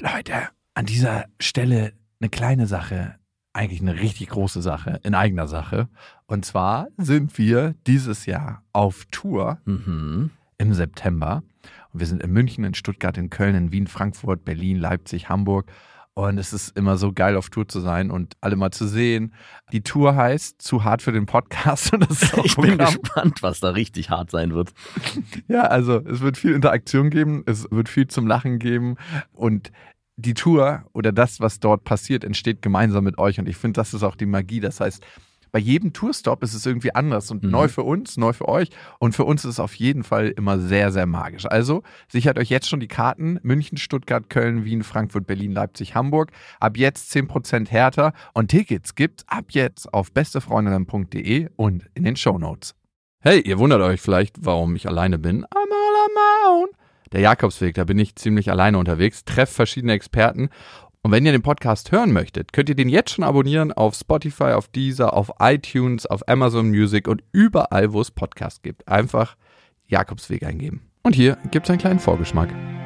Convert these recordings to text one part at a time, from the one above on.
Leute, an dieser Stelle eine kleine Sache, eigentlich eine richtig große Sache, in eigener Sache. Und zwar sind wir dieses Jahr auf Tour im September. Und wir sind in München, in Stuttgart, in Köln, in Wien, Frankfurt, Berlin, Leipzig, Hamburg. Und es ist immer so geil, auf Tour zu sein und alle mal zu sehen. Die Tour heißt Zu hart für den Podcast. Und das ist auch Ich bin gespannt, was da richtig hart sein wird. Ja, also es wird viel Interaktion geben, es wird viel zum Lachen geben und die Tour oder das, was dort passiert, entsteht gemeinsam mit euch und ich finde, das ist auch die Magie. Das heißt, bei jedem Tourstop ist es irgendwie anders und neu für uns, neu für euch und für uns ist es auf jeden Fall immer sehr, sehr magisch. Also sichert euch jetzt schon die Karten: München, Stuttgart, Köln, Wien, Frankfurt, Berlin, Leipzig, Hamburg. Ab jetzt 10% härter und Tickets gibt's ab jetzt auf bestefreundinnen.de und in den Shownotes. Hey, ihr wundert euch vielleicht, warum ich alleine bin. I'm all on my own. Der Jakobsweg, da bin ich ziemlich alleine unterwegs, treffe verschiedene Experten. Und wenn ihr den Podcast hören möchtet, könnt ihr den jetzt schon abonnieren auf Spotify, auf Deezer, auf iTunes, auf Amazon Music und überall, wo es Podcasts gibt. Einfach Jakobsweg eingeben. Und hier gibt es einen kleinen Vorgeschmack.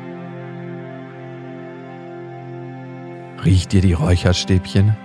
Riecht ihr die Räucherstäbchen?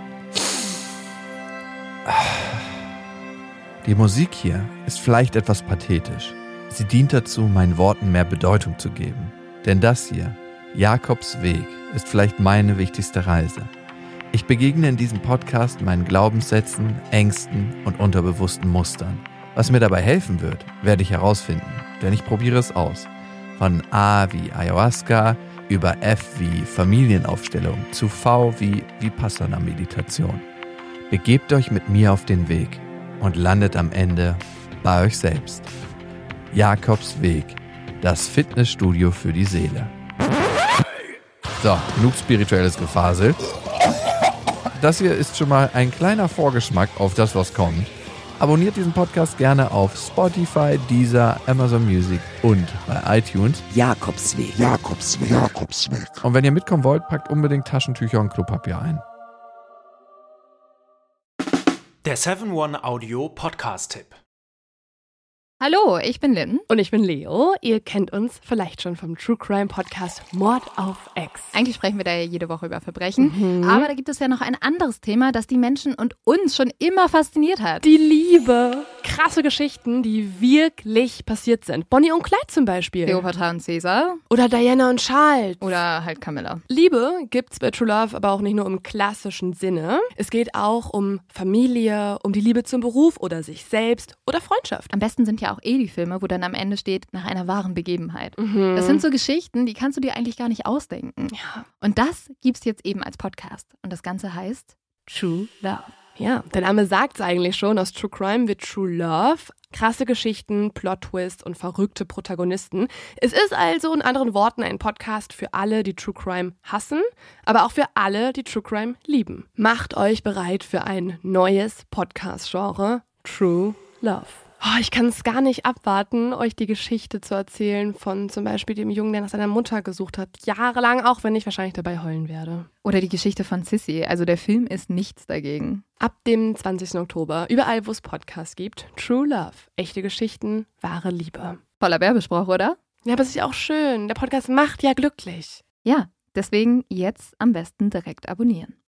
Die Musik hier ist vielleicht etwas pathetisch. Sie dient dazu, meinen Worten mehr Bedeutung zu geben. Denn das hier, Jakobs Weg, ist vielleicht meine wichtigste Reise. Ich begegne in diesem Podcast meinen Glaubenssätzen, Ängsten und unterbewussten Mustern. Was mir dabei helfen wird, werde ich herausfinden, denn ich probiere es aus. Von A wie Ayahuasca über F wie Familienaufstellung zu V wie Vipassana-Meditation. Begebt euch mit mir auf den Weg und landet am Ende bei euch selbst. Jakobs Weg, das Fitnessstudio für die Seele. So, genug spirituelles Gefasel. Das hier ist schon mal ein kleiner Vorgeschmack auf das, was kommt. Abonniert diesen Podcast gerne auf Spotify, Deezer, Amazon Music und bei iTunes. Jakobsweg. Jakobsweg. Jakobsweg. Und wenn ihr mitkommen wollt, packt unbedingt Taschentücher und Klopapier ein. Der 7-One-Audio-Podcast-Tipp. Hallo, ich bin Lynn. Und ich bin Leo. Ihr kennt uns vielleicht schon vom True Crime Podcast Mord auf Ex. Eigentlich sprechen wir da ja jede Woche über Verbrechen. Aber da gibt es ja noch ein anderes Thema, das die Menschen und uns schon immer fasziniert hat. Die Liebe. Krasse Geschichten, die wirklich passiert sind. Bonnie und Clyde zum Beispiel. Cleopatra und Caesar. Oder Diana und Charles. Oder halt Camilla. Liebe gibt's bei True Love aber auch nicht nur im klassischen Sinne. Es geht auch um Familie, um die Liebe zum Beruf oder sich selbst oder Freundschaft. Am besten sind ja auch die Filme, wo dann am Ende steht, nach einer wahren Begebenheit. Das sind so Geschichten, die kannst du dir eigentlich gar nicht ausdenken. Ja. Und das gibt's jetzt eben als Podcast. Und das Ganze heißt True Love. Ja, der Name sagt's eigentlich schon, aus True Crime wird True Love. Krasse Geschichten, Plot-Twist und verrückte Protagonisten. Es ist also in anderen Worten ein Podcast für alle, die True Crime hassen, aber auch für alle, die True Crime lieben. Macht euch bereit für ein neues Podcast-Genre, True Love. Oh, ich kann es gar nicht abwarten, euch die Geschichte zu erzählen von zum Beispiel dem Jungen, der nach seiner Mutter gesucht hat. Jahrelang, auch wenn ich wahrscheinlich dabei heulen werde. Oder die Geschichte von Sissy. Also der Film ist nichts dagegen. Ab dem 20. Oktober, überall wo es Podcasts gibt, True Love. Echte Geschichten, wahre Liebe. Voller Werbespruch, oder? Ja, aber es ist ja auch schön. Der Podcast macht ja glücklich. Ja, deswegen jetzt am besten direkt abonnieren.